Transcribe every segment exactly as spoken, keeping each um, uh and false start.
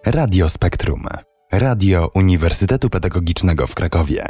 Radio Spektrum. Radio Uniwersytetu Pedagogicznego w Krakowie.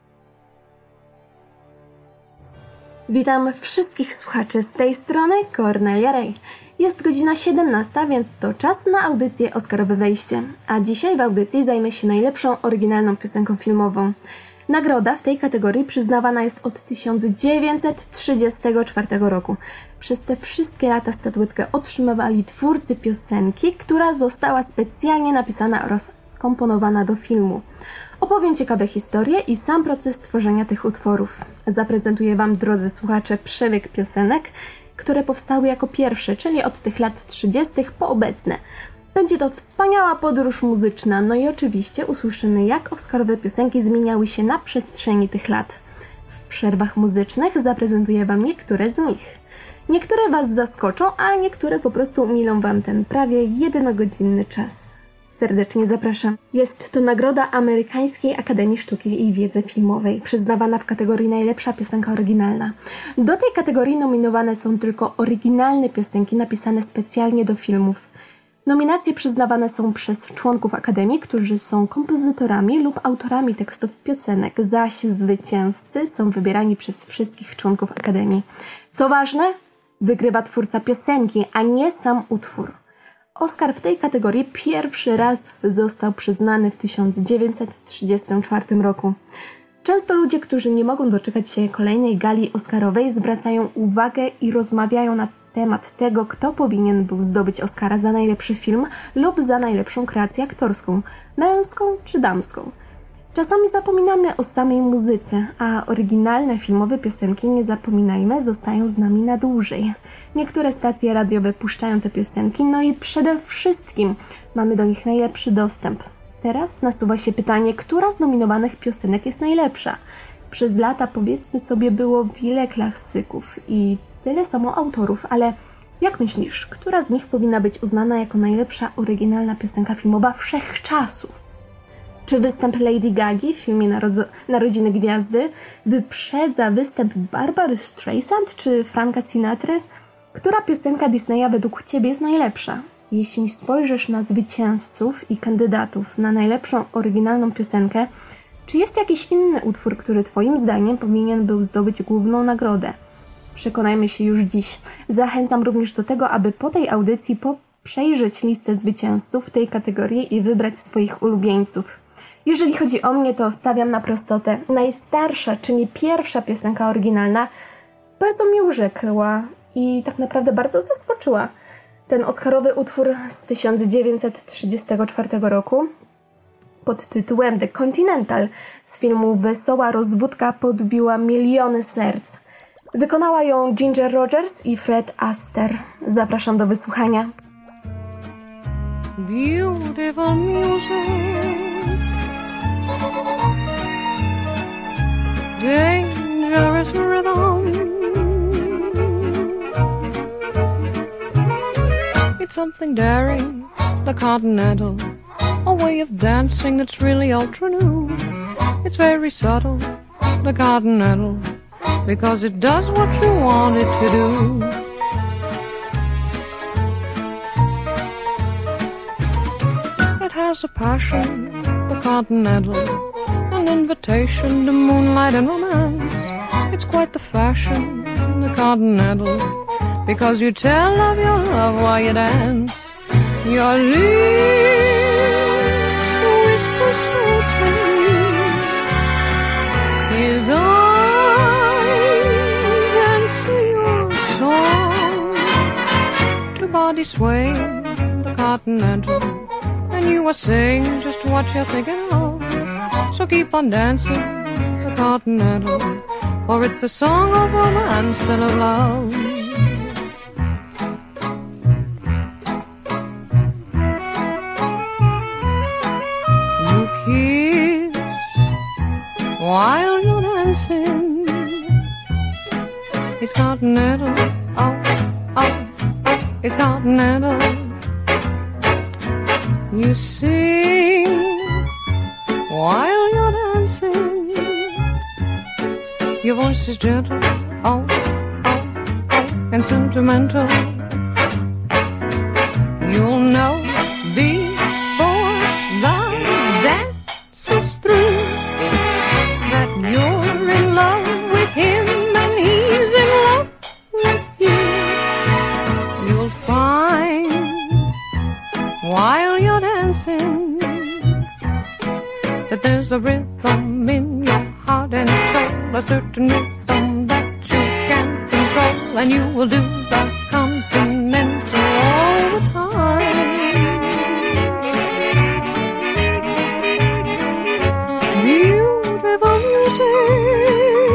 Witam wszystkich słuchaczy z tej strony, Kornelia Rej. Jest godzina siedemnasta, więc to czas na audycję Oscarowe Wejście. A dzisiaj w audycji zajmę się najlepszą oryginalną piosenką filmową. Nagroda w tej kategorii przyznawana jest od tysiąc dziewięćset trzydziestego czwartego roku. Przez te wszystkie lata statuetkę otrzymywali twórcy piosenki, która została specjalnie napisana oraz skomponowana do filmu. Opowiem ciekawe historie i sam proces tworzenia tych utworów. Zaprezentuję Wam, drodzy słuchacze, przebieg piosenek, które powstały jako pierwsze, czyli od tych lat trzydziestych po obecne. Będzie to wspaniała podróż muzyczna, no i oczywiście usłyszymy, jak oscarowe piosenki zmieniały się na przestrzeni tych lat. W przerwach muzycznych zaprezentuję Wam niektóre z nich. Niektóre Was zaskoczą, a niektóre po prostu umilą Wam ten prawie jednogodzinny czas. Serdecznie zapraszam. Jest to nagroda Amerykańskiej Akademii Sztuki i Wiedzy Filmowej, przyznawana w kategorii najlepsza piosenka oryginalna. Do tej kategorii nominowane są tylko oryginalne piosenki napisane specjalnie do filmów. Nominacje przyznawane są przez członków Akademii, którzy są kompozytorami lub autorami tekstów piosenek, zaś zwycięzcy są wybierani przez wszystkich członków Akademii. Co ważne, wygrywa twórca piosenki, a nie sam utwór. Oscar w tej kategorii pierwszy raz został przyznany w tysiąc dziewięćset trzydziestym czwartym roku. Często ludzie, którzy nie mogą doczekać się kolejnej gali oscarowej, zwracają uwagę i rozmawiają na temat tego, kto powinien był zdobyć Oscara za najlepszy film lub za najlepszą kreację aktorską, męską czy damską. Czasami zapominamy o samej muzyce, a oryginalne filmowe piosenki, nie zapominajmy, zostają z nami na dłużej. Niektóre stacje radiowe puszczają te piosenki, no i przede wszystkim mamy do nich najlepszy dostęp. Teraz nasuwa się pytanie, która z nominowanych piosenek jest najlepsza? Przez lata, powiedzmy sobie, było wiele klasyków i tyle samo autorów, ale jak myślisz, która z nich powinna być uznana jako najlepsza oryginalna piosenka filmowa wszechczasów? Czy występ Lady Gagi w filmie Narodzo- Narodziny Gwiazdy wyprzedza występ Barbary Streisand czy Franka Sinatry? Która piosenka Disneya według Ciebie jest najlepsza? Jeśli spojrzysz na zwycięzców i kandydatów na najlepszą oryginalną piosenkę, czy jest jakiś inny utwór, który Twoim zdaniem powinien był zdobyć główną nagrodę? Przekonajmy się już dziś. Zachęcam również do tego, aby po tej audycji po- przejrzeć listę zwycięzców w tej kategorii i wybrać swoich ulubieńców. Jeżeli chodzi o mnie, to stawiam na prostotę. Najstarsza, czyli pierwsza piosenka oryginalna bardzo mnie urzekła i tak naprawdę bardzo zaskoczyła. Ten oscarowy utwór z tysiąc dziewięćset trzydziestego czwartego roku pod tytułem The Continental z filmu Wesoła rozwódka podbiła miliony serc. Wykonała ją Ginger Rogers i Fred Astaire. Zapraszam do wysłuchania. Beautiful music, dangerous rhythm. It's something daring, the continental, a way of dancing that's really ultra new. It's very subtle, the continental, because it does what you want it to do. It has a passion, the continental, an invitation to moonlight and romance. It's quite the fashion, the continental, because you tell of your love while you dance. Your lips whisper so tenderly, his eyes answer your song. Two bodies sway, the continental, and you are saying just what you're thinking of. So keep on dancing, the continental, for it's a song of romance and of love. You kiss while you're dancing. It's continental, oh, oh, oh, it's continental. You sing while you're dancing. Your voice is gentle, oh, oh, oh, and sentimental. You'll know before while you're dancing, that there's a rhythm in your heart and soul, a certain rhythm that you can't control, and you will do the continental all the time. Beautiful music,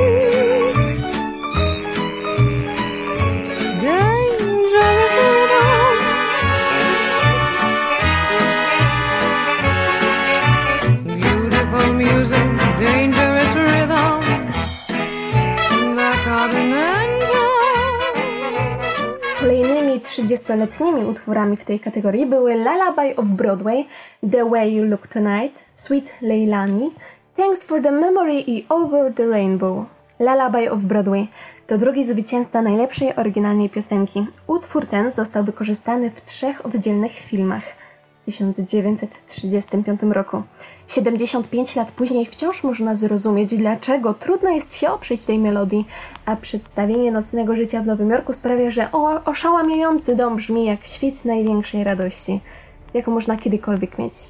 dangerous rhythm, beautiful music, dangerous rhythm, the continental. Kolejnymi trzydziestoletnimi utworami w tej kategorii były Lullaby of Broadway, The Way You Look Tonight, Sweet Leilani, Thanks for the Memory i Over the Rainbow. Lullaby of Broadway to drugi zwycięzca najlepszej oryginalnej piosenki. Utwór ten został wykorzystany w trzech oddzielnych filmach w tysiąc dziewięćset trzydziestym piątym roku. siedemdziesiąt pięć lat później wciąż można zrozumieć, dlaczego trudno jest się oprzeć tej melodii, a przedstawienie nocnego życia w Nowym Jorku sprawia, że o, oszałamiający dom brzmi jak świt największej radości, jaką można kiedykolwiek mieć.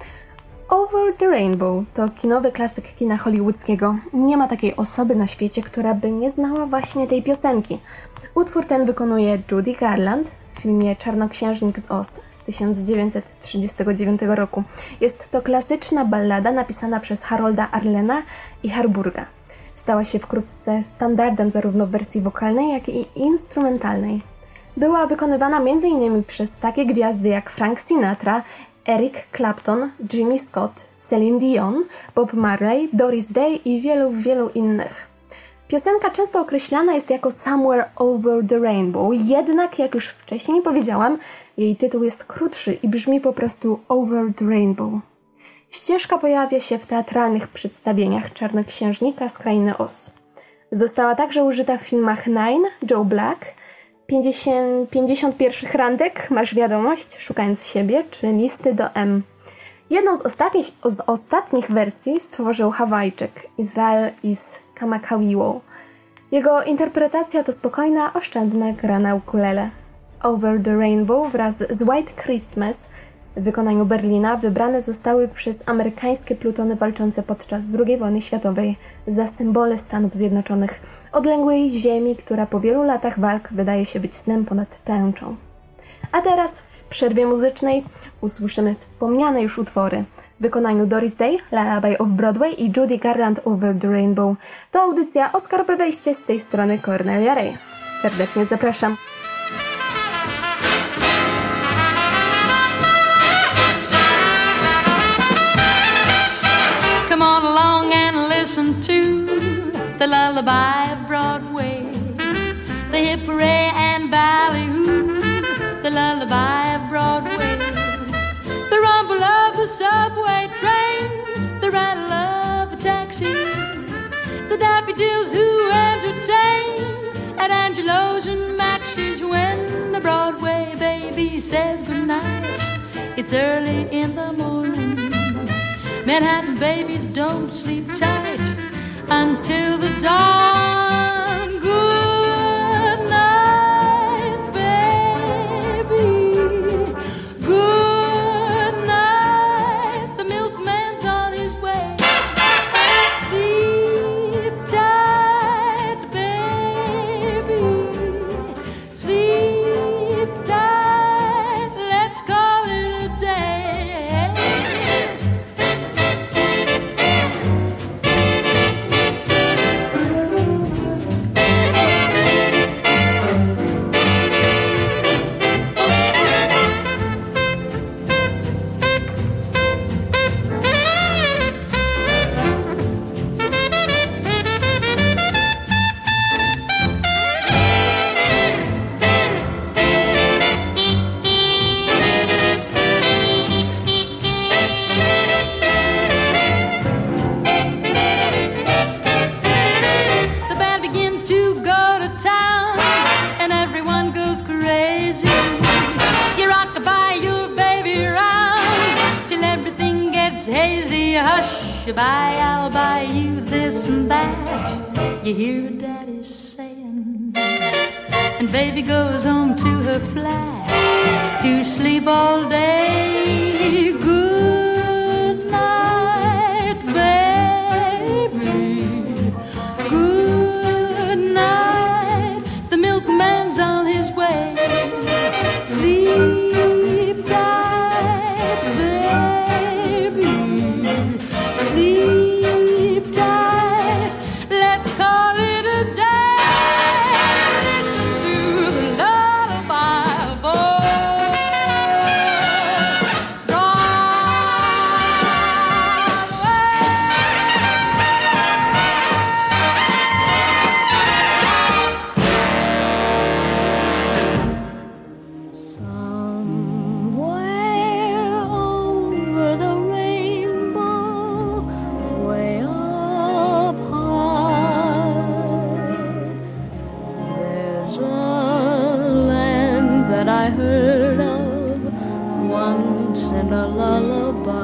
Over the Rainbow to kinowy klasyk kina hollywoodzkiego. Nie ma takiej osoby na świecie, która by nie znała właśnie tej piosenki. Utwór ten wykonuje Judy Garland w filmie Czarnoksiężnik z Oz z tysiąc dziewięćset trzydziestego dziewiątego roku. Jest to klasyczna ballada napisana przez Harolda Arlena i Harburga. Stała się wkrótce standardem zarówno w wersji wokalnej, jak i instrumentalnej. Była wykonywana między innymi przez takie gwiazdy jak Frank Sinatra, Eric Clapton, Jimmy Scott, Celine Dion, Bob Marley, Doris Day i wielu, wielu innych. Piosenka często określana jest jako Somewhere Over the Rainbow, jednak jak już wcześniej powiedziałam, jej tytuł jest krótszy i brzmi po prostu Over the Rainbow. Ścieżka pojawia się w teatralnych przedstawieniach Czarnoksiężnika z Krainy Oz. Została także użyta w filmach Nine, Joe Black, pięćdziesiąt, pięćdziesiąt pierwszych randek, Masz wiadomość, Szukając siebie, czy Listy do M. Jedną z ostatnich, z ostatnich wersji stworzył Hawajczyk, Israel is Kamakawiwo. Jego interpretacja to spokojna, oszczędna gra na ukulele. Over the Rainbow wraz z White Christmas w wykonaniu Berlina wybrane zostały przez amerykańskie plutony walczące podczas drugiej wojny światowej za symbole Stanów Zjednoczonych, odległej ziemi, która po wielu latach walk wydaje się być snem ponad tęczą. A teraz w przerwie muzycznej usłyszymy wspomniane już utwory w wykonaniu Doris Day, Lullaby of Broadway i Judy Garland Over the Rainbow. To audycja Oscarowe wejście, z tej strony Cornelia Ray. Serdecznie zapraszam. Come on along and listen to the lullaby of Broadway, the hip hooray and ballyhoo, the lullaby of Broadway, the rumble of the subway train, the rattle of a taxi, the daffodils who entertain at Angelo's and Max's when the Broadway baby says goodnight. It's early in the morning. Manhattan babies don't sleep tight until the dawn. Good night, baby. Good night. The milkman's on his way. Sleep tight, baby. Sleep tight. Let's call it a day. Hush-a-bye, I'll buy you this and that, you hear Daddy saying. And baby goes home to her flat to sleep all day. notes in a lullaby.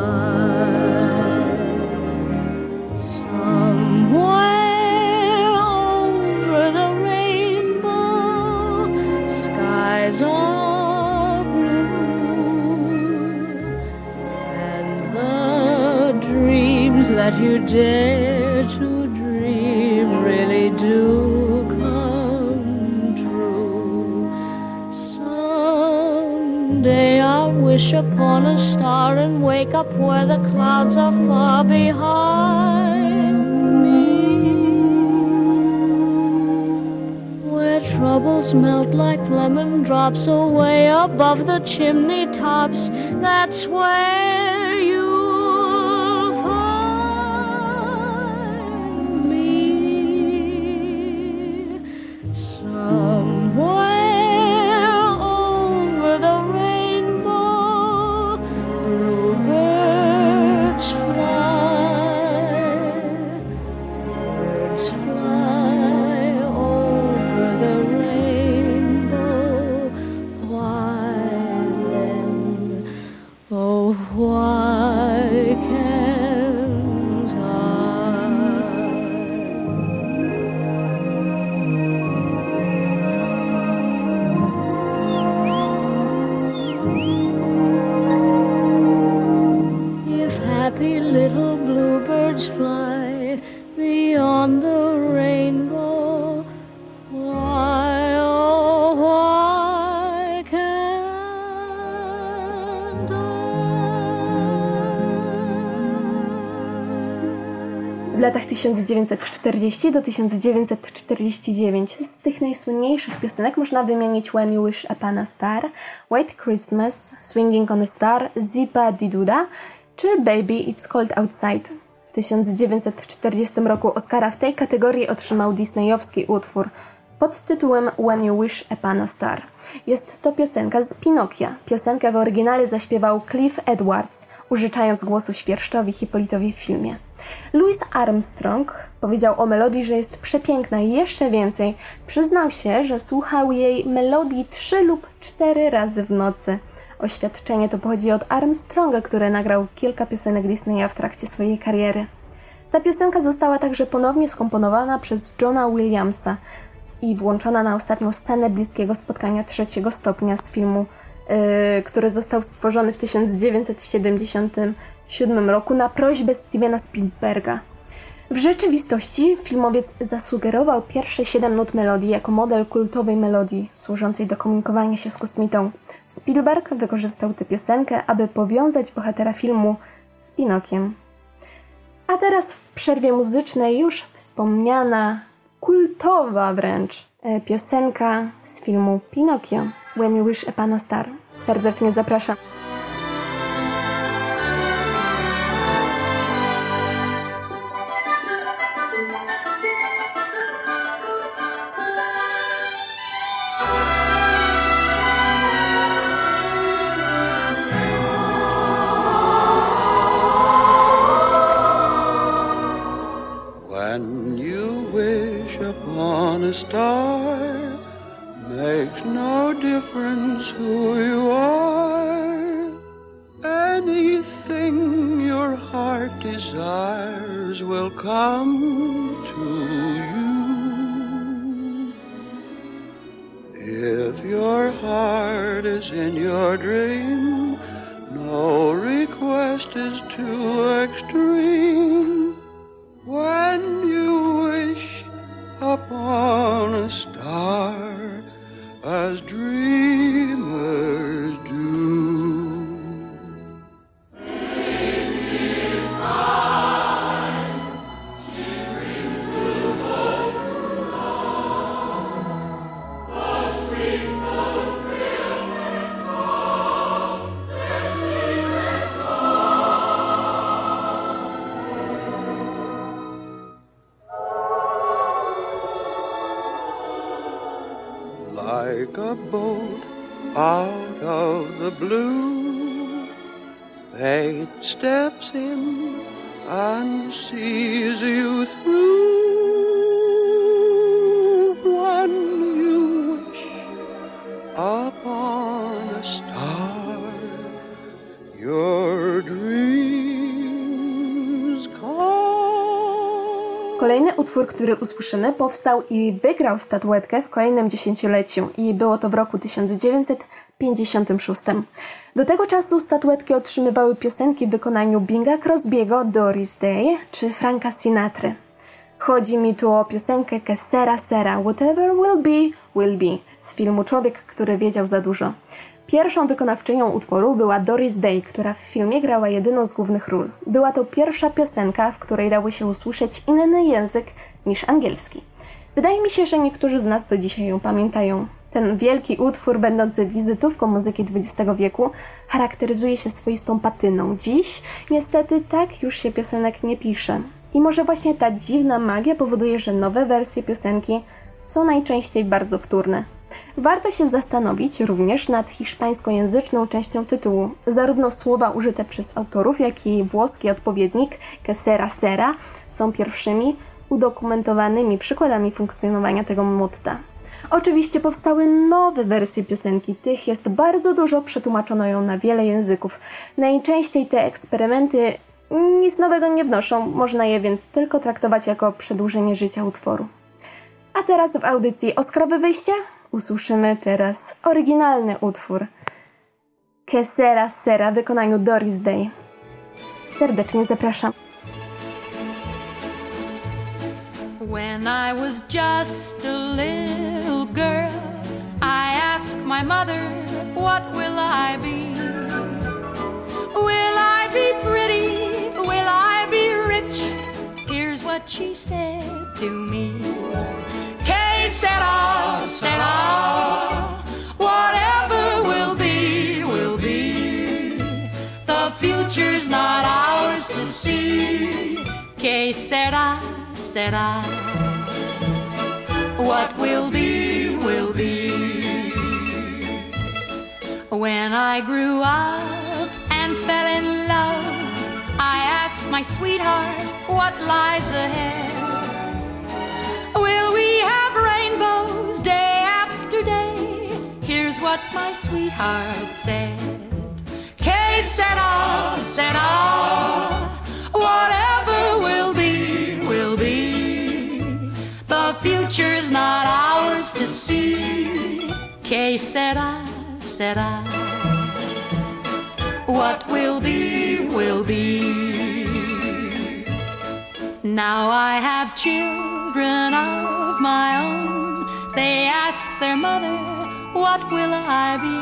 Somewhere over the rainbow, skies are blue, and the dreams that you dare to dream really do come true. Someday I'll wish upon a star and wake up where the clouds are far behind me, where troubles melt like lemon drops away above the chimney tops. That's where you'll find me. Somewhere over the rainbow, bluebirds fly, birds fly over the rainbow. Why then, oh why can't I? If happy little bluebirds fly beyond the rainbow, why, oh why can't I? W latach tysiąc dziewięćset czterdziesty do tysiąc dziewięćset czterdzieści dziewięć z tych najsłynniejszych piosenek można wymienić When You Wish Upon a Star, White Christmas, Swinging on a Star, Zipa Di Duda czy Baby It's Cold Outside. W tysiąc dziewięćset czterdziestym roku Oscara w tej kategorii otrzymał disneyowski utwór pod tytułem When You Wish Upon a Star. Jest to piosenka z Pinokia. Piosenkę w oryginale zaśpiewał Cliff Edwards, użyczając głosu świerszczowi Hipolitowi w filmie. Louis Armstrong powiedział o melodii, że jest przepiękna i jeszcze więcej. Przyznał się, że słuchał jej melodii trzy lub cztery razy w nocy. Oświadczenie to pochodzi od Armstronga, który nagrał kilka piosenek Disneya w trakcie swojej kariery. Ta piosenka została także ponownie skomponowana przez Johna Williamsa i włączona na ostatnią scenę bliskiego spotkania trzeciego stopnia z filmu, yy, który został stworzony w tysiąc dziewięćset siedemdziesiątym siódmym roku na prośbę Stevena Spielberga. W rzeczywistości filmowiec zasugerował pierwsze siedem nut melodii jako model kultowej melodii służącej do komunikowania się z kosmitą. Spielberg wykorzystał tę piosenkę, aby powiązać bohatera filmu z Pinokiem. A teraz w przerwie muzycznej już wspomniana, kultowa wręcz piosenka z filmu Pinokio, When You Wish Upon a Star. Serdecznie zapraszam. When you wish upon a star, makes no difference who you are. Anything your heart desires will come to you. If your heart is in your dream, no request is too extreme. When you wish upon a star, as dreamers do. Like a boat out of the blue, fate steps in and sees you through. When you wish upon a star, your dreams come. Kolejny utwór, który usłyszymy, powstał i wygrał statuetkę w kolejnym dziesięcioleciu i było to w roku tysiąc dziewięćset pięćdziesiątym szóstym. Do tego czasu statuetki otrzymywały piosenki w wykonaniu Binga Crosby'ego, Doris Day czy Franka Sinatry. Chodzi mi tu o piosenkę Que Sera Sera, Whatever Will Be, Will Be z filmu Człowiek, który wiedział za dużo. Pierwszą wykonawczynią utworu była Doris Day, która w filmie grała jedną z głównych ról. Była to pierwsza piosenka, w której dało się usłyszeć inny język niż angielski. Wydaje mi się, że niektórzy z nas do dzisiaj ją pamiętają. Ten wielki utwór, będący wizytówką muzyki dwudziestego wieku, charakteryzuje się swoistą patyną. Dziś niestety tak już się piosenek nie pisze. I może właśnie ta dziwna magia powoduje, że nowe wersje piosenki są najczęściej bardzo wtórne. Warto się zastanowić również nad hiszpańskojęzyczną częścią tytułu. Zarówno słowa użyte przez autorów, jak i włoski odpowiednik Que Sera Sera są pierwszymi udokumentowanymi przykładami funkcjonowania tego motta. Oczywiście powstały nowe wersje piosenki, tych jest bardzo dużo, przetłumaczono ją na wiele języków. Najczęściej te eksperymenty nic nowego nie wnoszą, można je więc tylko traktować jako przedłużenie życia utworu. A teraz w audycji Oscarowe wyjście usłyszymy teraz oryginalny utwór Que Sera Sera w wykonaniu Doris Day. Serdecznie zapraszam. When I was just a little girl, I asked my mother, what will I be? Will I be pretty? Will I be rich? Here's what she said to me. Que sera, sera, whatever will be, will be. The future's not ours to see. Que sera, sera, what will be, will be. When I grew up and fell in love, I asked my sweetheart what lies ahead. Will we have rainbows day after day? Here's what my sweetheart said. Que sera, sera, whatever will be, will be. The future's not ours to see. Que sera, sera, what will be, will be. Now I have children of my own. They ask their mother, what will I be?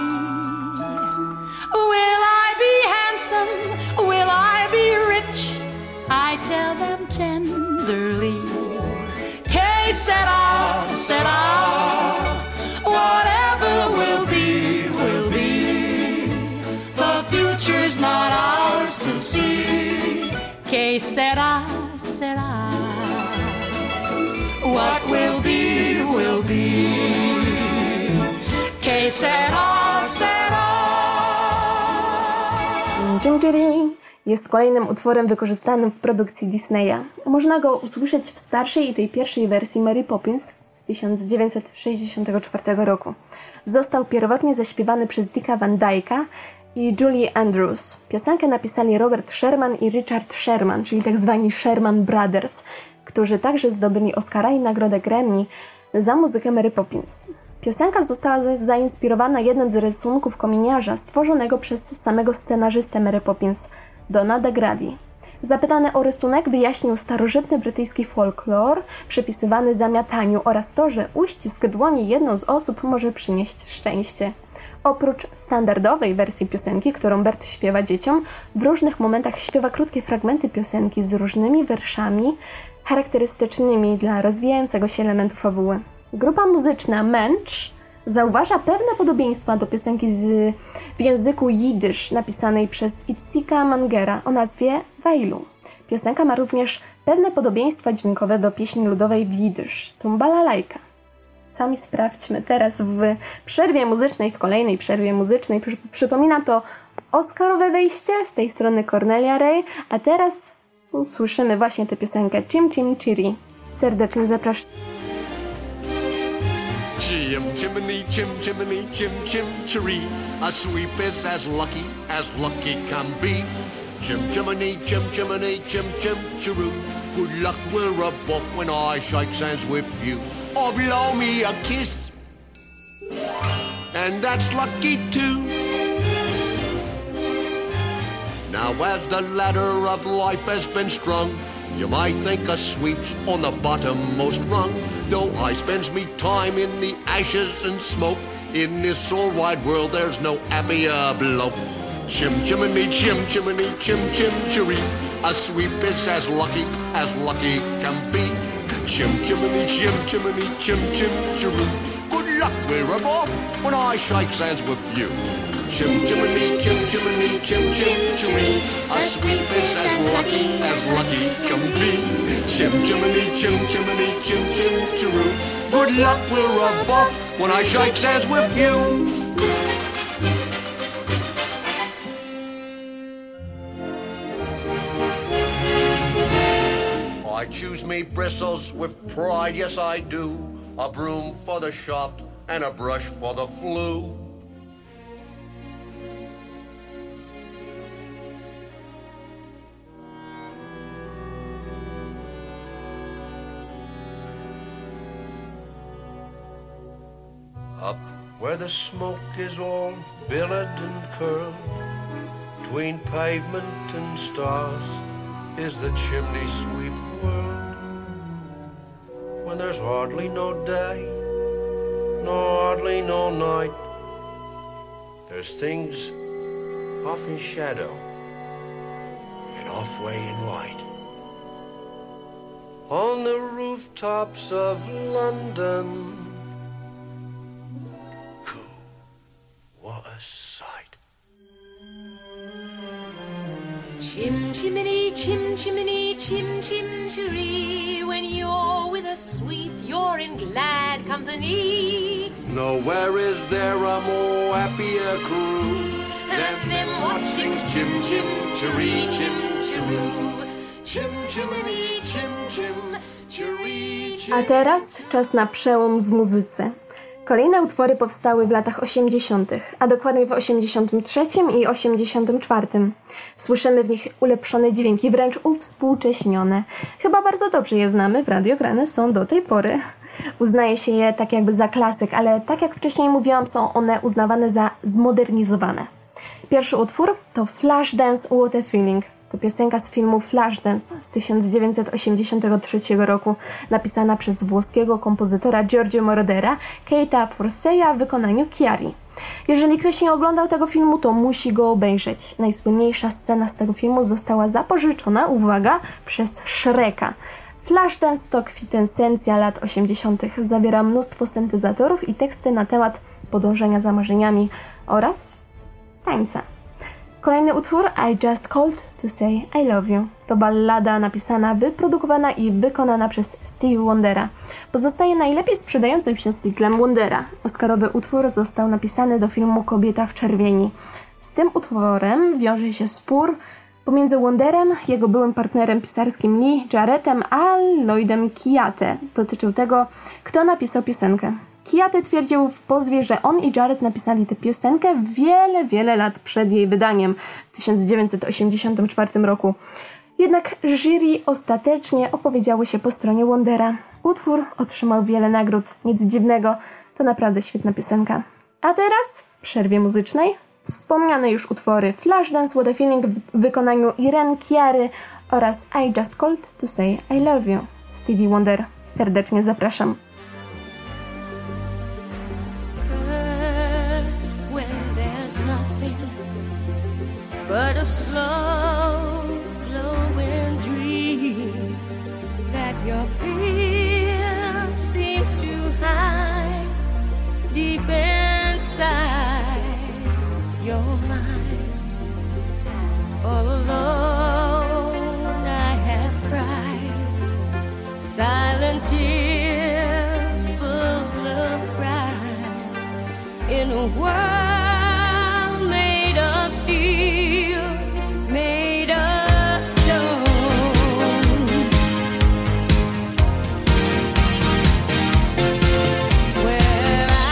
Will I be handsome? Will I be rich? I tell them tenderly. Que sera, sera, whatever will be, will be. The future's not ours to see. Que sera, sera, what will be, will be. Que sera, sera. Jim Jerry jest kolejnym utworem wykorzystanym w produkcji Disneya. Można go usłyszeć w starszej i tej pierwszej wersji Mary Poppins z tysiąc dziewięćset sześćdziesiątego czwartego roku. Został pierwotnie zaśpiewany przez Dicka Van Dyke'a i Julie Andrews. Piosenkę napisali Robert Sherman i Richard Sherman, czyli tak zwani Sherman Brothers, którzy także zdobyli Oscara i nagrodę Grammy za muzykę Mary Poppins. Piosenka została zainspirowana jednym z rysunków kominiarza stworzonego przez samego scenarzystę Mary Poppins, Donna DeGrady. Zapytany o rysunek wyjaśnił starożytny brytyjski folklor przypisywany zamiataniu oraz to, że uścisk dłoni jedną z osób może przynieść szczęście. Oprócz standardowej wersji piosenki, którą Bert śpiewa dzieciom, w różnych momentach śpiewa krótkie fragmenty piosenki z różnymi werszami charakterystycznymi dla rozwijającego się elementu fabuły. Grupa muzyczna Mensch zauważa pewne podobieństwa do piosenki z, w języku jidysz napisanej przez Itzika Mangera o nazwie Wailu. Piosenka ma również pewne podobieństwa dźwiękowe do pieśni ludowej w jidysz, Tumbalalajka. Sami sprawdźmy teraz w przerwie muzycznej, w kolejnej przerwie muzycznej. Przy, przypominam to Oscarowe wyjście, z tej strony Cornelia Ray, a teraz usłyszymy właśnie tę piosenkę Chim Chim Chiri. Serdecznie zapraszam. Chim Chim chimney, chim chimney, chim chim chiree. A sweep is as lucky as lucky can be. Chim chimney, chim chimney, chim chim chiroo. Good luck we're above when I shake hands with you. Or blow me a kiss, and that's lucky too. Now as the ladder of life has been strung, you might think a sweep's on the bottommost rung. Though I spends me time in the ashes and smoke, in this all wide world there's no happier bloke. Chim chimney, chim chimney, chim chim chiree. A sweep is as lucky as lucky can be. Chim chimney, chim chimney, chim chim chiroo. Good luck we're above when I shake hands with you. Chim chimney, chim chimney, chim chim chiree. A sweep is as lucky as lucky can be. Chim chimney, chim chimney, chim chim chiroo. Good luck we're above when I shake hands with you. I choose me bristles with pride, yes I do. A broom for the shaft and a brush for the flue. Up where the smoke is all billowed and curled, between pavement and stars is the chimney sweep world. When there's hardly no day, nor hardly no night, there's things off in shadow and off way in light. On the rooftops of London, what a sight. Chim chimney, chim chimney, chim chim chiree. When you're with a sweep, you're in glad company. Nowhere is there a more happier crew than them what sings chim chim chiree, chim chiroo. Chim chimney, chim chim chiree, chim. A teraz czas na przełom w muzyce. Kolejne utwory powstały w latach osiemdziesiątych, a dokładnie w osiemdziesiątym trzecim i osiemdziesiątym czwartym. Słyszymy w nich ulepszone dźwięki, wręcz uwspółcześnione. Chyba bardzo dobrze je znamy, w radio grane są do tej pory. Uznaje się je tak jakby za klasyk, ale tak jak wcześniej mówiłam, są one uznawane za zmodernizowane. Pierwszy utwór to Flashdance What a Feeling. To piosenka z filmu Flashdance z tysiąc dziewięćset osiemdziesiątego trzeciego roku, napisana przez włoskiego kompozytora Giorgio Morodera, Keita Forseja w wykonaniu Chiari. Jeżeli ktoś nie oglądał tego filmu, to musi go obejrzeć. Najsłynniejsza scena z tego filmu została zapożyczona, uwaga, przez Shreka. Flashdance to kwintesencja lat osiemdziesiątych. Zawiera mnóstwo syntezatorów i teksty na temat podążania za marzeniami oraz tańca. Kolejny utwór I Just Called to Say I Love You. To ballada napisana, wyprodukowana i wykonana przez Stevie Wondera. Pozostaje najlepiej sprzedającym się singlem Wondera. Oscarowy utwór został napisany do filmu Kobieta w czerwieni. Z tym utworem wiąże się spór pomiędzy Wonderem, jego byłym partnerem pisarskim Lee Jarrettem, a Lloydem Kiate. Dotyczył tego, kto napisał piosenkę. Kiate twierdził w pozwie, że on i Jarrett napisali tę piosenkę wiele, wiele lat przed jej wydaniem w tysiąc dziewięćset osiemdziesiątym czwartym roku. Jednak jury ostatecznie opowiedziało się po stronie Wondera. Utwór otrzymał wiele nagród, nic dziwnego, to naprawdę świetna piosenka. A teraz w przerwie muzycznej wspomniane już utwory Flashdance What a Feeling w wykonaniu Irene Chiary oraz I Just Called to Say I Love You. Stevie Wonder, serdecznie zapraszam. Nothing but a slow glowing dream that your fear seems to hide deep inside your mind. All alone I have cried silent tears full of pride in a world of steel, made of stone. Where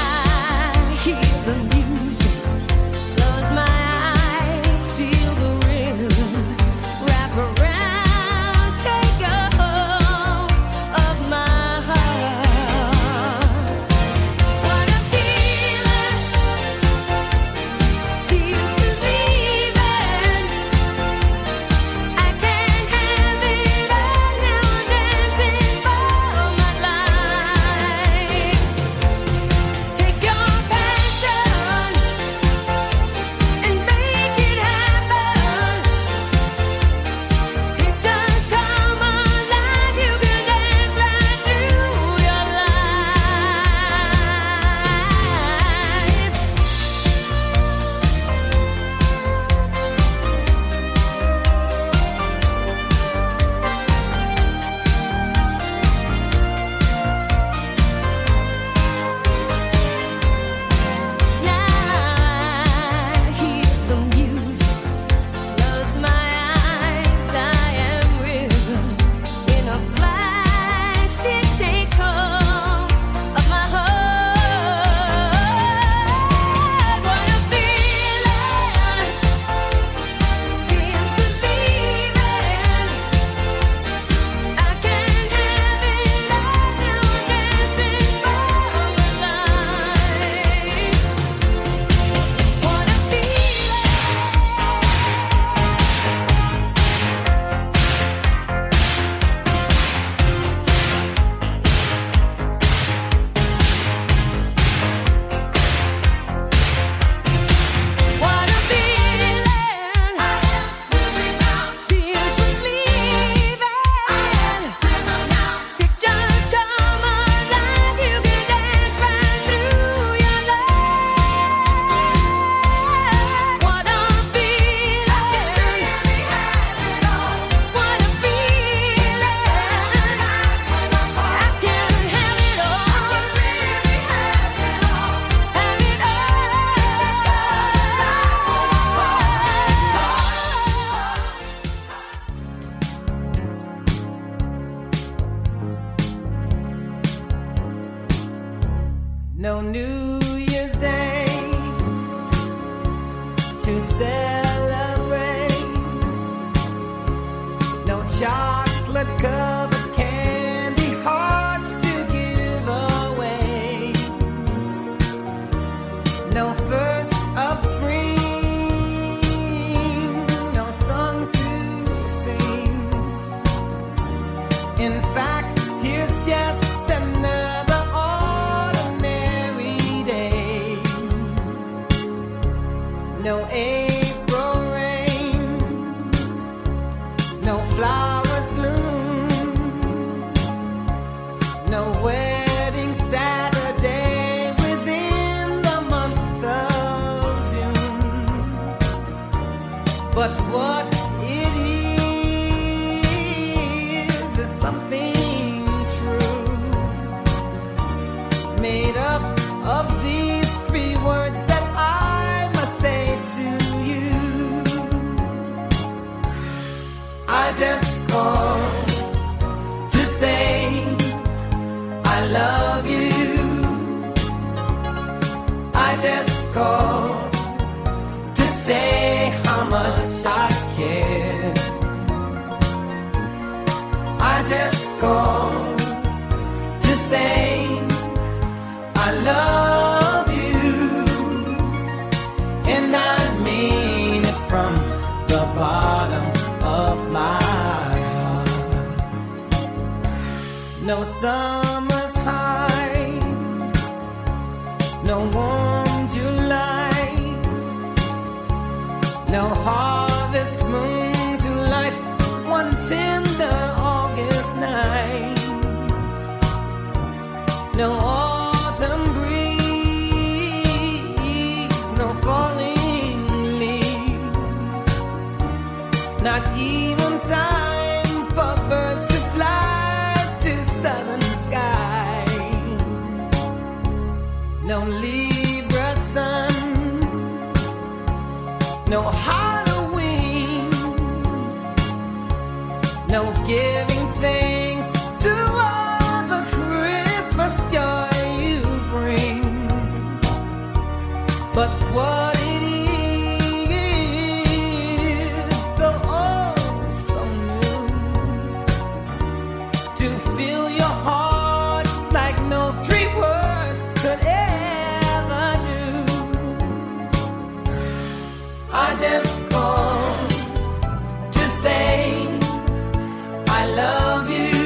chocolate covered candy hearts to give away. No first of spring, no song to sing. In fact, here's just another ordinary day. No April rain, no flowers bloom, no wedding Saturday within the month of June. But what it is is something true, made up of these three words that I must say to you. I just called to say I love you. I just called to say how much I care. I just called to say I love you, and I mean it from the bottom of my heart. No summer's high, no warm July, no harvest moon to light one tender August night, no autumn breeze, no falling leaves, not even time for birds to fly to southern skies, no Libra sun, no Halloween, no giving thanks to all the Christmas joy you bring. But what it is, so oh so new, to fill your heart like no three words could ever do. I just called to say I love you.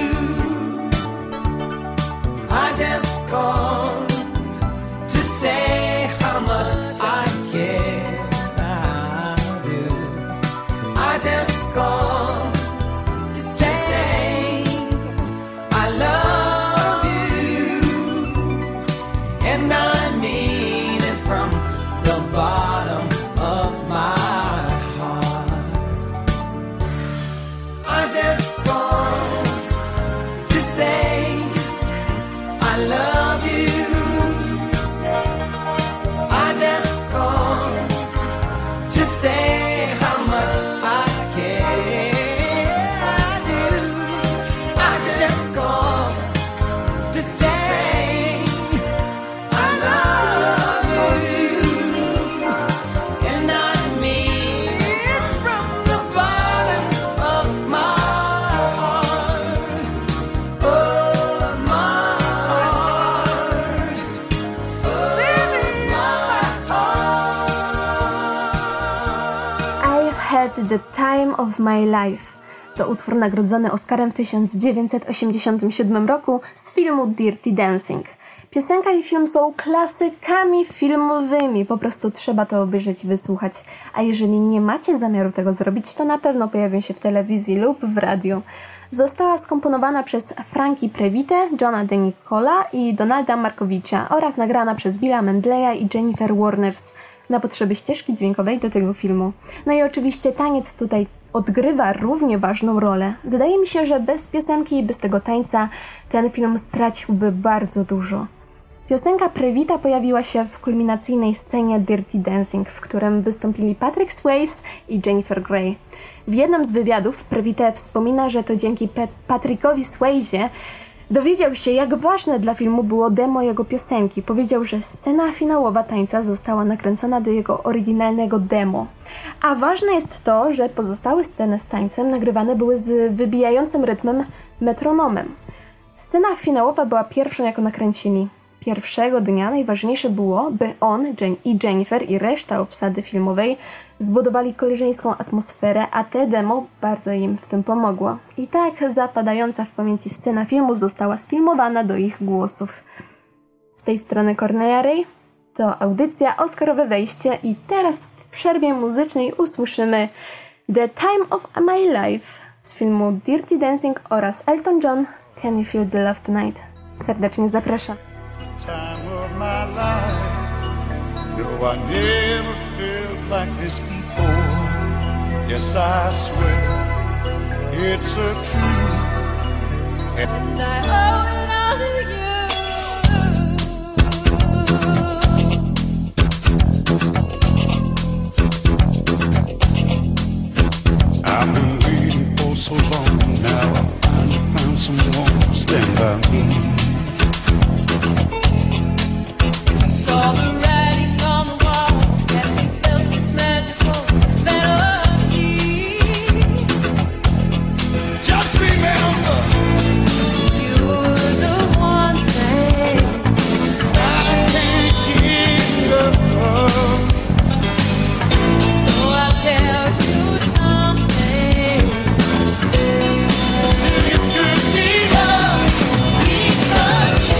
I just called to say how much I care. I do. I just called to say I love you, and I mean it from the bottom of my heart. I just called to say I love you. I just called to say how much I care. I do. I just called to say I love you, and I mean it from the bottom of my heart, of my heart, of my heart. I've had the time of my life. To utwór nagrodzony Oscarem w tysiąc dziewięćset osiemdziesiątym siódmym roku z filmu Dirty Dancing. Piosenka i film są klasykami filmowymi, po prostu trzeba to obejrzeć i wysłuchać. A jeżeli nie macie zamiaru tego zrobić, to na pewno pojawią się w telewizji lub w radiu. Została skomponowana przez Frankie Previte, Johna DeNicola i Donalda Markowicza oraz nagrana przez Billa Mendleya i Jennifer Warners na potrzeby ścieżki dźwiękowej do tego filmu. No i oczywiście taniec tutaj odgrywa równie ważną rolę. Wydaje mi się, że bez piosenki i bez tego tańca ten film straciłby bardzo dużo. Piosenka Previta pojawiła się w kulminacyjnej scenie Dirty Dancing, w którym wystąpili Patrick Swayze i Jennifer Grey. W jednym z wywiadów Previte wspomina, że to dzięki Pat- Patrickowi Swayze Dowiedział się, jak ważne dla filmu było demo jego piosenki. Powiedział, że scena finałowa tańca została nakręcona do jego oryginalnego demo. A ważne jest to, że pozostałe sceny z tańcem nagrywane były z wybijającym rytmem metronomem. Scena finałowa była pierwszą, jaką nakręcili. Pierwszego dnia najważniejsze było, by on Jen i Jennifer i reszta obsady filmowej zbudowali koleżeńską atmosferę, a te demo bardzo im w tym pomogło. I tak zapadająca w pamięci scena filmu została sfilmowana do ich głosów. Z tej strony Cornelia Ray, to audycja Oscarowe Wejście i teraz w przerwie muzycznej usłyszymy The Time of My Life z filmu Dirty Dancing oraz Elton John Can You Feel the Love Tonight. Serdecznie zapraszam. Time of my life. No, I never felt like this before. Yes, I swear it's a truth. And I owe it all to you. I've been waiting for so long. Now I finally found someone to stand by me. Saw the writing on the wall, and we felt this magical fantasy. Just remember, you're the one thing I can't give up. So I'll tell you something. It's the deep love, deep love.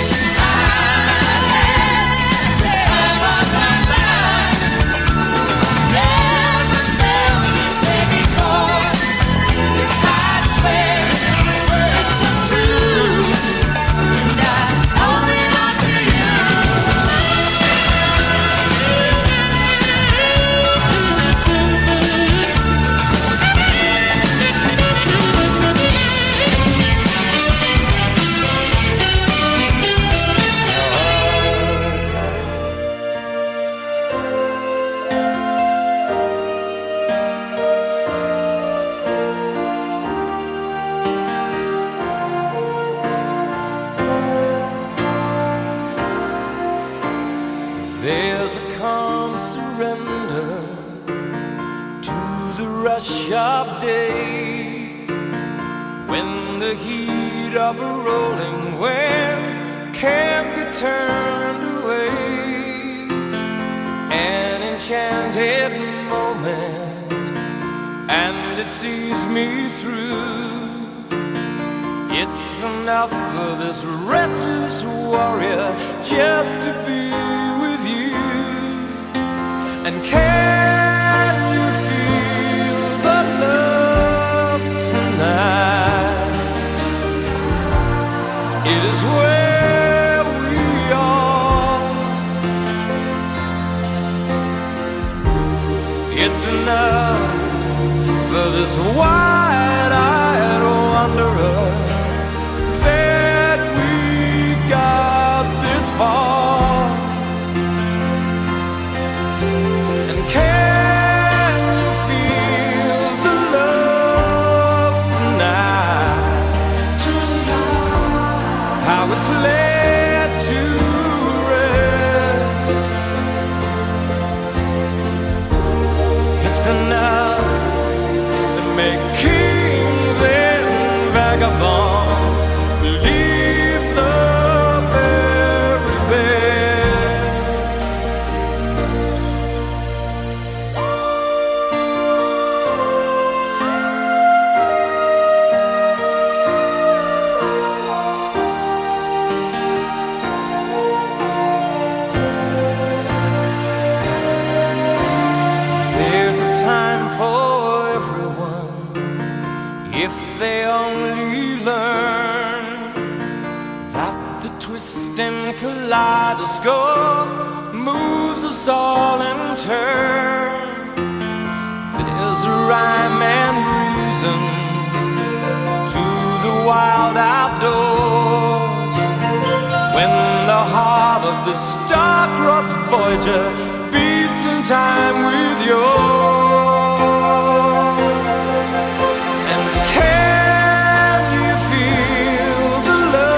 There's a calm surrender to the rush of day, when the heat of a rolling wave can't be turned away. An enchanted moment, and it sees me through. It's enough for this restless warrior just to be with you. And can you feel the love tonight? It is where we are. It's enough for this wide-eyed wanderer that we got this far. And can you feel the love tonight? Tonight, how it's laid to rest. It's enough to make kings and vagabonds believe the very best. There's a time for everyone if they only learn that the twisting kaleidoscope moves us all in turn. There's a rhyme and reason to the wild outdoors, when the heart of the star-crossed Voyager beats in time with yours. And can you feel the love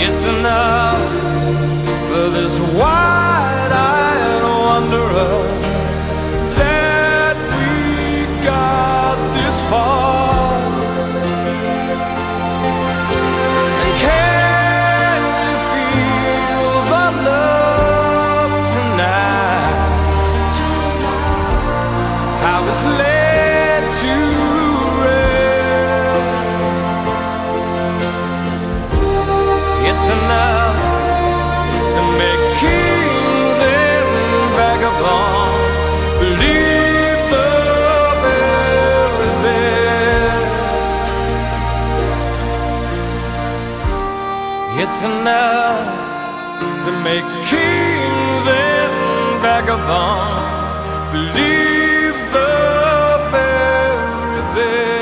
It's enough for this wide-eyed wanderer that we got this far. And can you feel the love tonight? How it's led to rest. It's enough to make kings and vagabonds believe the very best. It's enough to make kings and vagabonds believe the very best.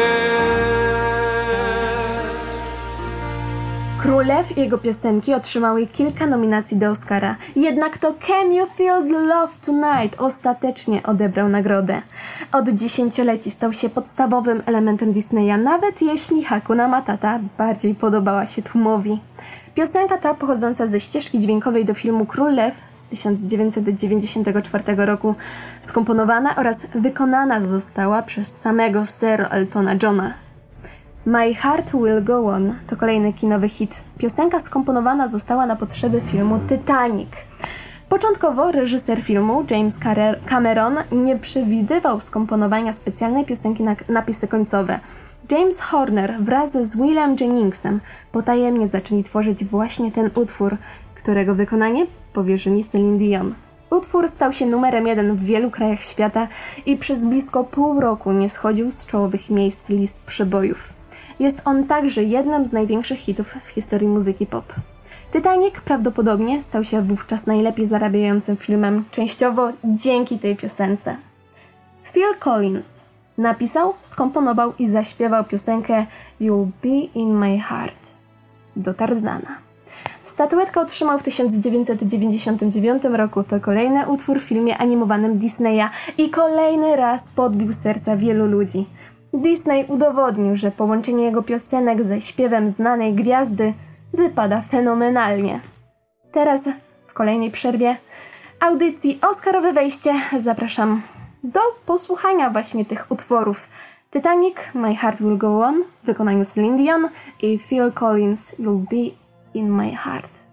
Królew i jego piosenki otrzymały kilka nominacji do Oscara, jednak to Can You Feel the Love Tonight ostatecznie odebrał nagrodę. Od dziesięcioleci stał się podstawowym elementem Disneya, nawet jeśli Hakuna Matata bardziej podobała się tłumowi. Piosenka ta, pochodząca ze ścieżki dźwiękowej do filmu Król Lew z tysiąc dziewięćset dziewięćdziesiątego czwartego roku, skomponowana oraz wykonana została przez samego Sir Eltona Johna. My Heart Will Go On to kolejny kinowy hit. Piosenka skomponowana została na potrzeby filmu Titanic. Początkowo reżyser filmu, James Cameron, nie przewidywał skomponowania specjalnej piosenki na napisy końcowe. James Horner wraz z Willem Jenningsem potajemnie zaczęli tworzyć właśnie ten utwór, którego wykonanie powierzyli Celine Dion. Utwór stał się numerem jeden w wielu krajach świata i przez blisko pół roku nie schodził z czołowych miejsc list przebojów. Jest on także jednym z największych hitów w historii muzyki pop. Titanic prawdopodobnie stał się wówczas najlepiej zarabiającym filmem, częściowo dzięki tej piosence. Phil Collins napisał, skomponował i zaśpiewał piosenkę You'll Be in My Heart do Tarzana. Statuetkę otrzymał w tysiąc dziewięćset dziewięćdziesiątym dziewiątym roku. To kolejny utwór w filmie animowanym Disneya i kolejny raz podbił serca wielu ludzi. Disney udowodnił, że połączenie jego piosenek ze śpiewem znanej gwiazdy wypada fenomenalnie. Teraz w kolejnej przerwie audycji Oscarowe Wejście zapraszam do posłuchania właśnie tych utworów. Titanic, My Heart Will Go On w wykonaniu Celine Dion i Phil Collins, You'll Be in My Heart.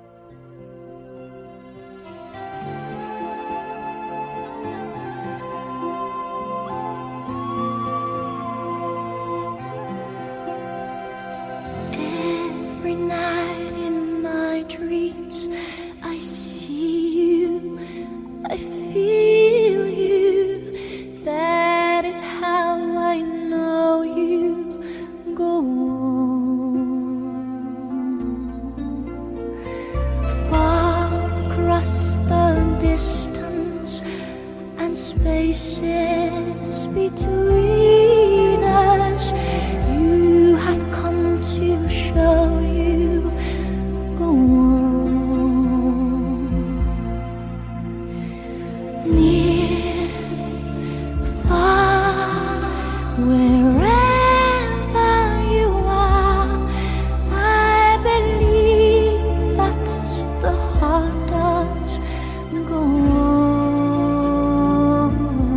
Every night in my dreams I see you, I feel you. That is how I know you. Go on. Far across the distance and spaces between us, you have come to show you. Go on. Near, far, wherever you are, I believe that the heart does go on.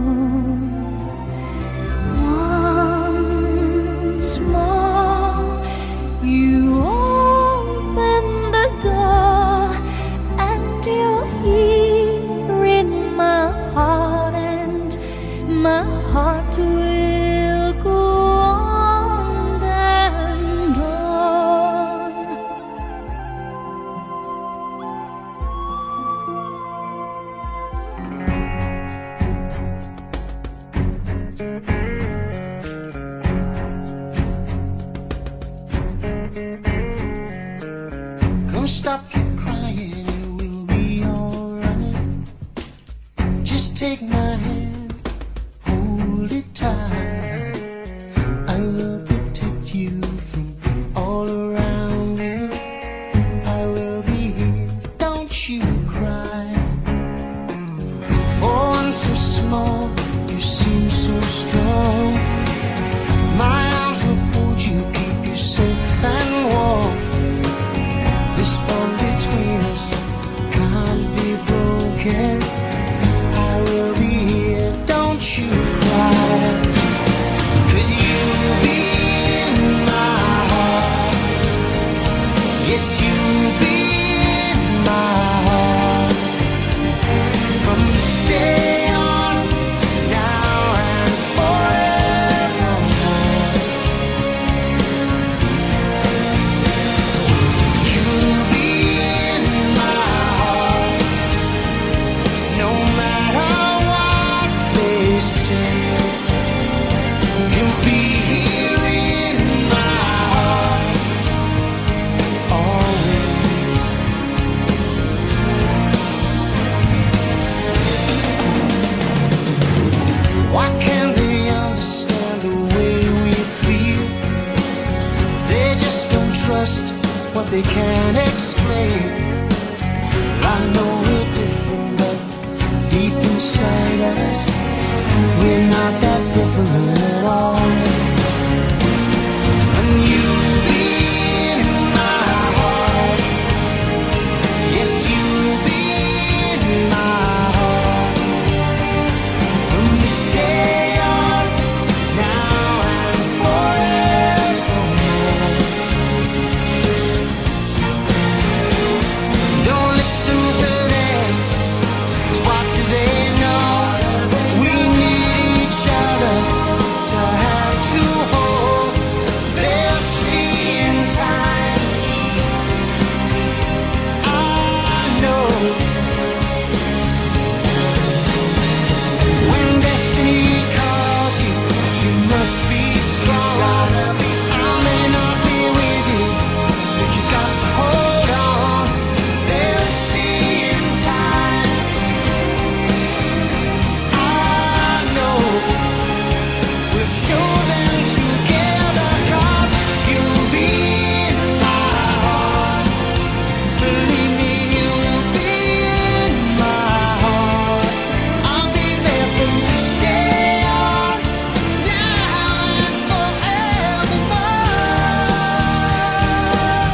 Once more, you open the door, and you're here in my heart, and my heart will go on and on. Come stop your crying, it will be alright. Just take my hand, hold it tight. I will protect you from all around you. I will be here, don't you cry. For one so small, you seem so strong. My arms will hold you, keep you safe and warm. This Yes, you'll be in my heart from this day on, now and forevermore. You'll be in my heart, no matter what they say. You'll be here in my heart always. Why can't they understand the way we feel? They just don't trust what they can't explain. I know we're different, but deep inside us, we're not that different at all. And you'll be in my heart. Yes, you'll be in my heart from this day on, now and forevermore. Don't listen to them, 'cause what do they know? We need each other to have to hold. They'll see in time, I know. When destiny calls you, you must be strong. I may not be with you, but you got to hold on. They'll see in time, I know. We'll show them together, 'cause you'll be in my heart. Believe me, you'll be in my heart. I'll be there from this day on, now and forevermore.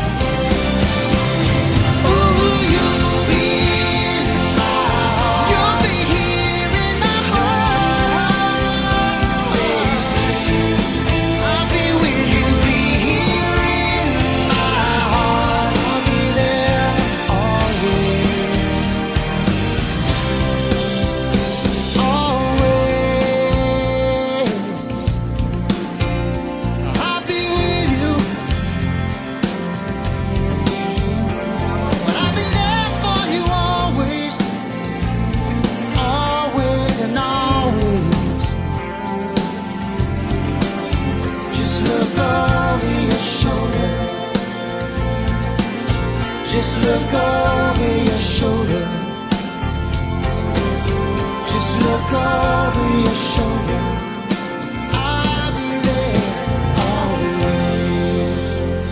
Ooh, you'll be in my heart. You'll be here in my heart always. I'll be with you, be here in my heart. I'll be there always, always. I'll be with you, but I'll be there for you always, always and always. Just look over your shoulder. Just look over your shoulder. Just look over your shoulder. I'll be there always.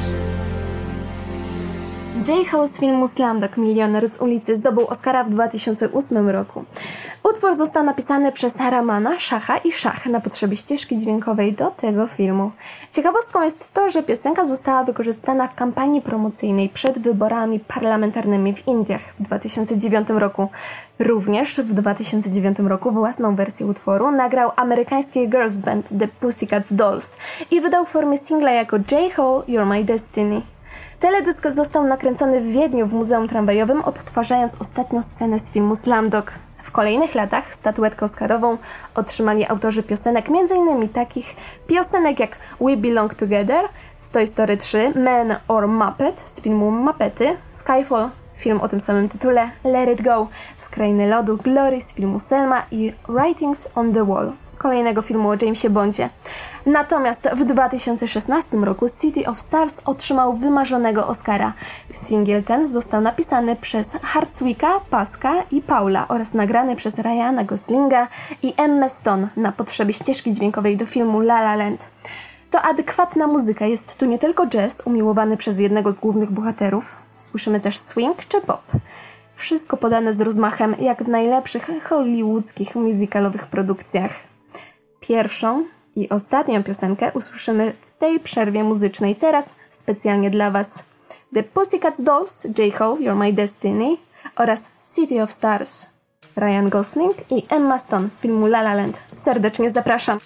J-Ho z filmu Slumdog Milioner z ulicy zdobył Oscara w dwa tysiące ósmym roku. Utwór został napisany przez Ramana, Shaha i Shah na potrzeby ścieżki dźwiękowej do tego filmu. Ciekawostką jest to, że piosenka została wykorzystana w kampanii promocyjnej przed wyborami parlamentarnymi w Indiach w dwa tysiące dziewiątym roku. Również w dwa tysiące dziewiątym roku własną wersję utworu nagrał amerykański girls band The Pussycat Dolls i wydał w formie singla jako J-Ho, You're My Destiny. Teledysk został nakręcony w Wiedniu w Muzeum Tramwajowym, odtwarzając ostatnią scenę z filmu Slumdog. W kolejnych latach statuetkę oscarową otrzymali autorzy piosenek m.in. takich piosenek jak We Belong Together z Toy Story trzy, Man or Muppet z filmu Muppety, Skyfall, film o tym samym tytule, Let It Go z Krainy Lodu, Glory z filmu Selma i Writings on the Wall z kolejnego filmu o Jamesie Bondzie. Natomiast w dwa tysiące szesnastym roku City of Stars otrzymał wymarzonego Oscara. Singiel ten został napisany przez Hartswicka, Paska i Paula oraz nagrany przez Ryana Goslinga i Emma Stone na potrzeby ścieżki dźwiękowej do filmu La La Land. To adekwatna muzyka, jest tu nie tylko jazz umiłowany przez jednego z głównych bohaterów, słyszymy też swing czy pop. Wszystko podane z rozmachem jak w najlepszych hollywoodzkich musicalowych produkcjach. Pierwszą i ostatnią piosenkę usłyszymy w tej przerwie muzycznej teraz specjalnie dla Was. The Pussycat Dolls, J-Ho, You're My Destiny oraz City of Stars. Ryan Gosling i Emma Stone z filmu La La Land. Serdecznie zapraszam.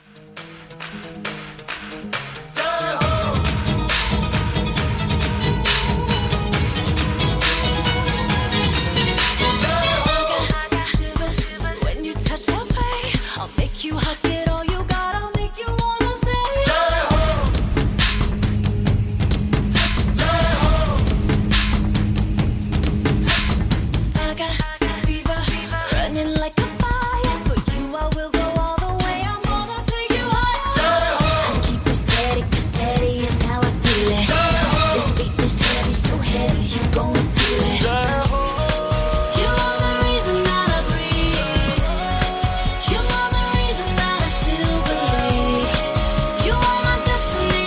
heavy, you gonna feel it. You are the reason that I breathe. You are the reason that I still believe. You are my destiny.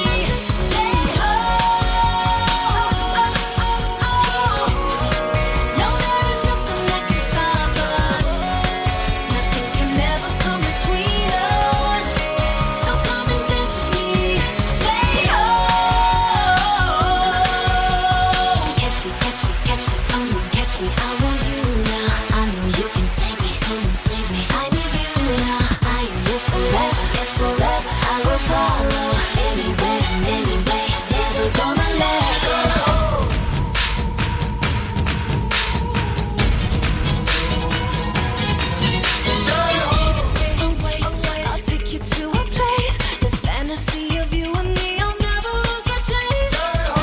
No, there is nothing that can stop us. Nothing can ever come between us. So come and dance with me. J O. Catch me, catch me, catch me, come and catch me. I want you now. I know you can save me, come and save me. I need you now. I am yours forever, yes forever. I will follow anywhere and any way. Never gonna let go. Just keep away. I'll take you to a place. This fantasy of you and me, I'll never lose the chase.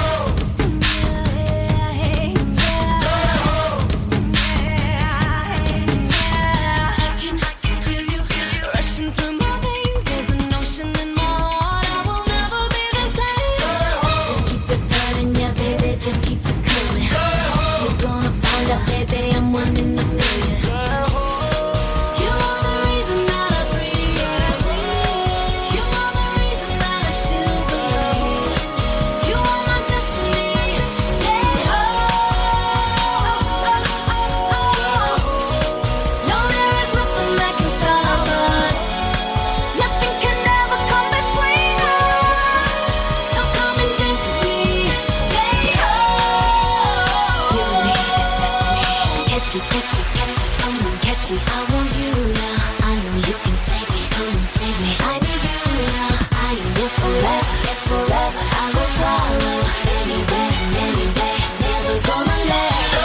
I can feel you rushing through my veins. There's an ocean in my heart. I will never be the same. Just keep it burning, yeah, baby. Just keep it coming. You're gonna find out, baby, I'm one in a million. You are the reason that I breathe. You are the reason that I still believe. You are my destiny. J O. No, there is nothing that can stop us. Nothing can ever come between us. So come and dance with me. J O. You and me, it's destiny. Catch me, catch me, catch me, come and catch me. I want you now. I know you can save me, come and save me. I need you now. I am yours forever, yes forever. I will follow anywhere and any way. Never gonna let go.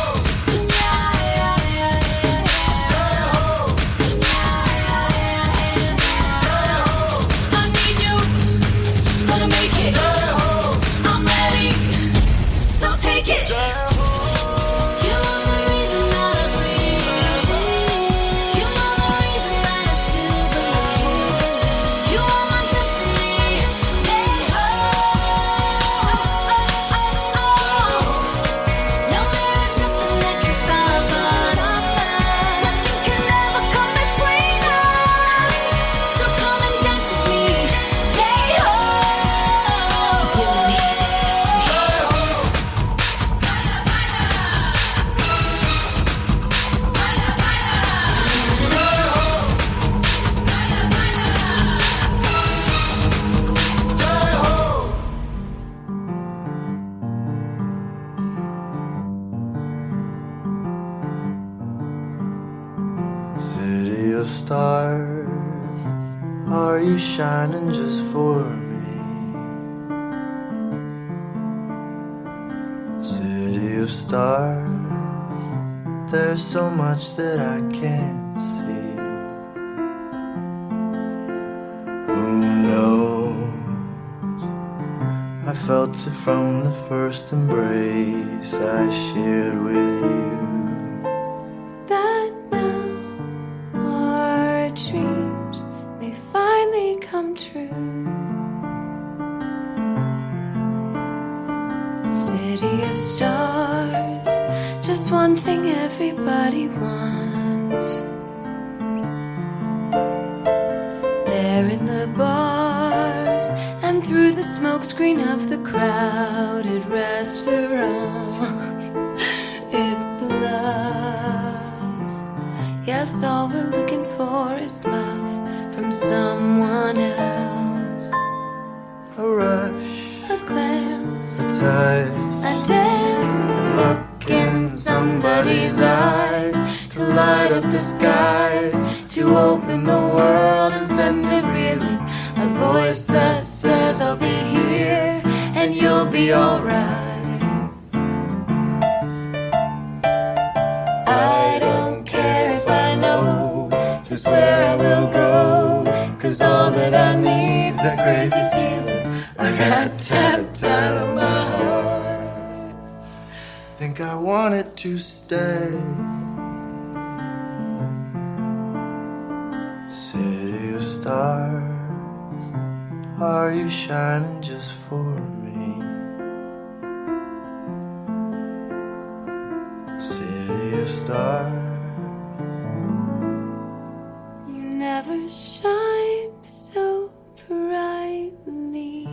I need you, gonna make it. I'm ready, so take it. You are the reason that I breathe. You are the reason that I still believe. You are my destiny. J O. No, there is nothing that can stop us. Nothing can ever come between us. So come and dance with me. J O. You and me, it's destiny. City of stars, are you shining just for me? City of stars, there's so much that I can't see. Who knows? I felt it from the first embrace I shared with you. That now our dreams may finally come true. City of stars, just one thing everybody wants. There in the bars and through the smokescreen of the crowded restaurants, it's love. Yes, all we're looking for is love from someone else. A rush, A glance, a touch, a dance, a look in somebody's eyes to light up the skies, to open the world and send it reeling. A voice that says I'll be here and you'll be alright. I don't care if I know just where I will go, 'cause all that I need's that crazy feeling I got tapped out of my heart. think I want it to stay. City of stars, are you shining just for me? star. You never shined so brightly.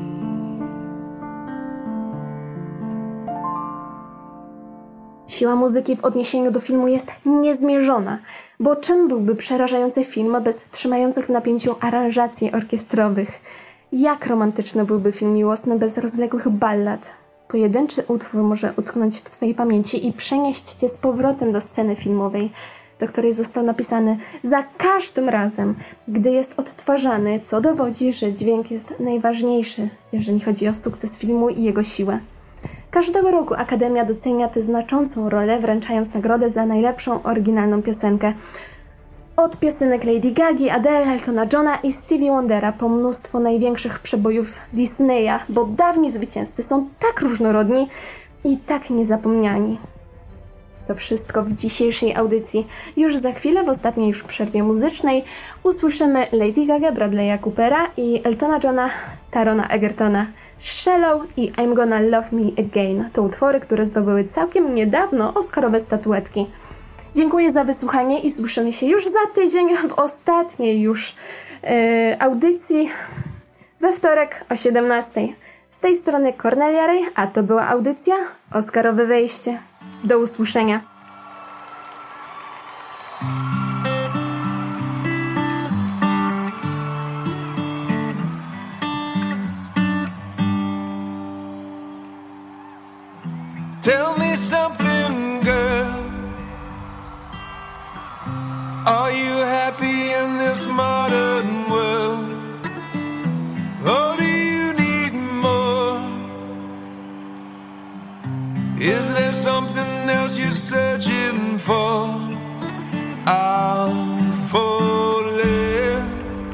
Siła muzyki w odniesieniu do filmu jest niezmierzona, bo czym byłby przerażający film bez trzymających w napięciu aranżacji orkiestrowych? Jak romantyczny byłby film miłosny bez rozległych ballad? Pojedynczy utwór może utknąć w twojej pamięci i przenieść cię z powrotem do sceny filmowej, do której został napisany za każdym razem, gdy jest odtwarzany, co dowodzi, że dźwięk jest najważniejszy, jeżeli chodzi o sukces filmu i jego siłę. Każdego roku Akademia docenia tę znaczącą rolę, wręczając nagrodę za najlepszą oryginalną piosenkę. Od piosenek Lady Gagi, Adele, Eltona Johna i Stevie Wondera po mnóstwo największych przebojów Disneya, bo dawni zwycięzcy są tak różnorodni i tak niezapomniani. To wszystko w dzisiejszej audycji. Już za chwilę, w ostatniej już przerwie muzycznej, usłyszymy Lady Gaga, Bradley'a Coopera i Eltona Johna, Tarona Egertona. Shallow i I'm Gonna Love Me Again to utwory, które zdobyły całkiem niedawno oscarowe statuetki. Dziękuję za wysłuchanie i słyszymy się już za tydzień w ostatniej już yy, audycji we wtorek o siedemnastej. Z tej strony Cornelia Ray, a to była audycja Oscarowe Wejście. Do usłyszenia. Tell me something, girl. Are you happy in this modern world? Or do you need more? Is there something else you're searching for? I'm falling.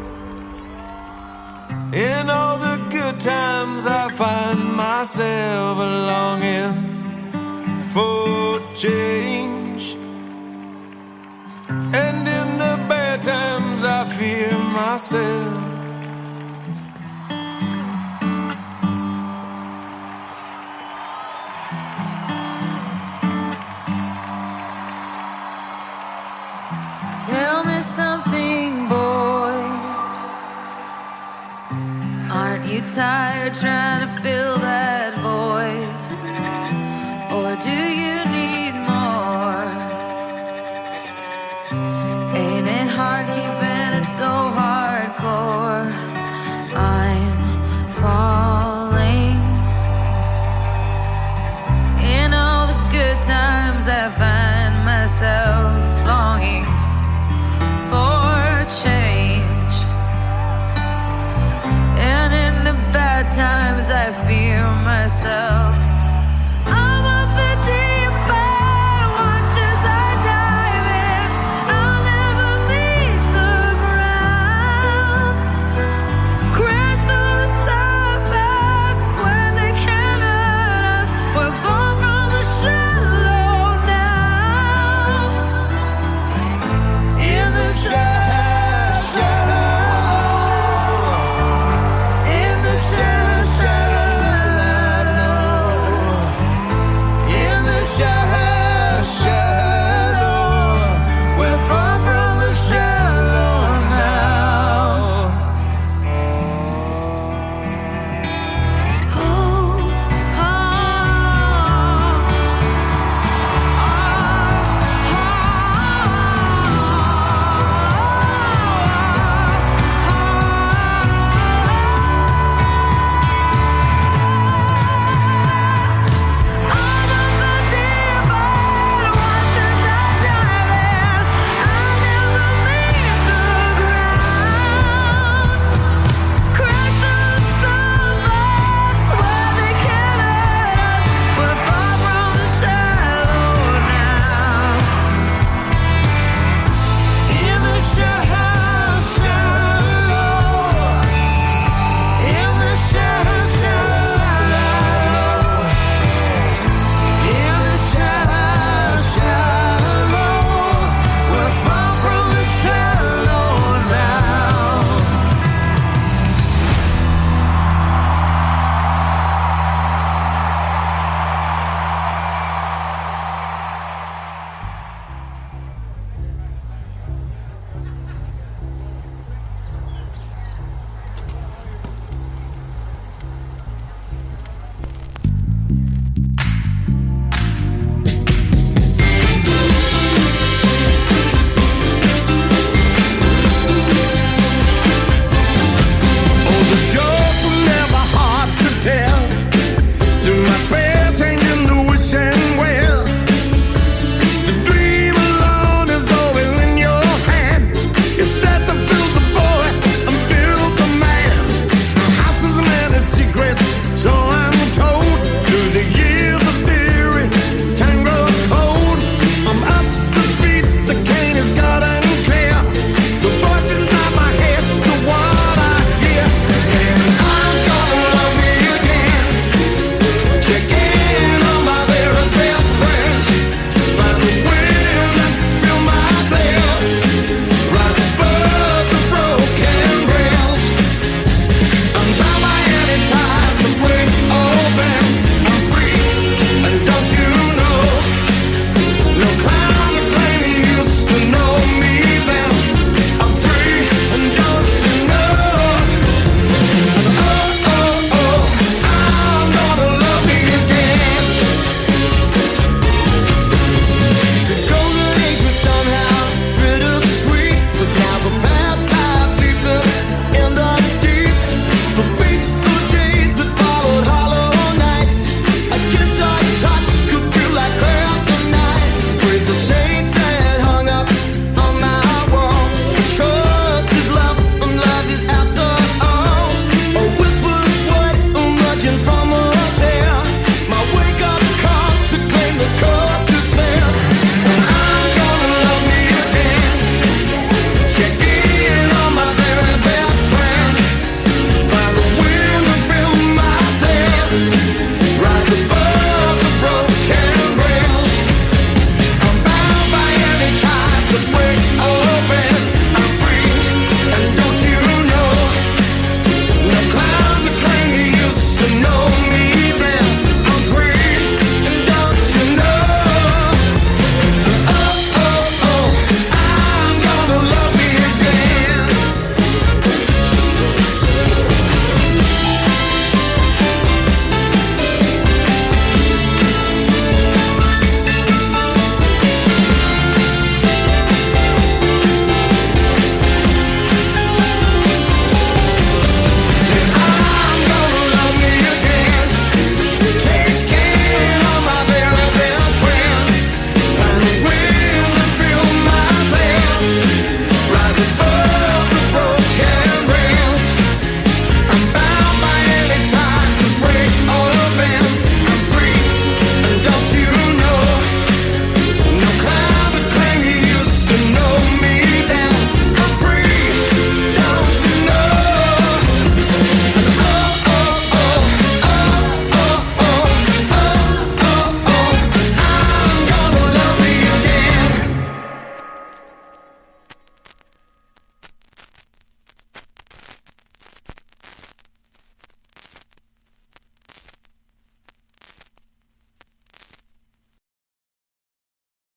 In all the good times I find myself longing for change, and in the bad times I fear myself. Tell me something, boy. Aren't you tired trying to fill that void? Or do you need more? Ain't it hard keeping it so hardcore? I'm falling. In all the good times I find myself longing for change, and in the bad times I fear myself.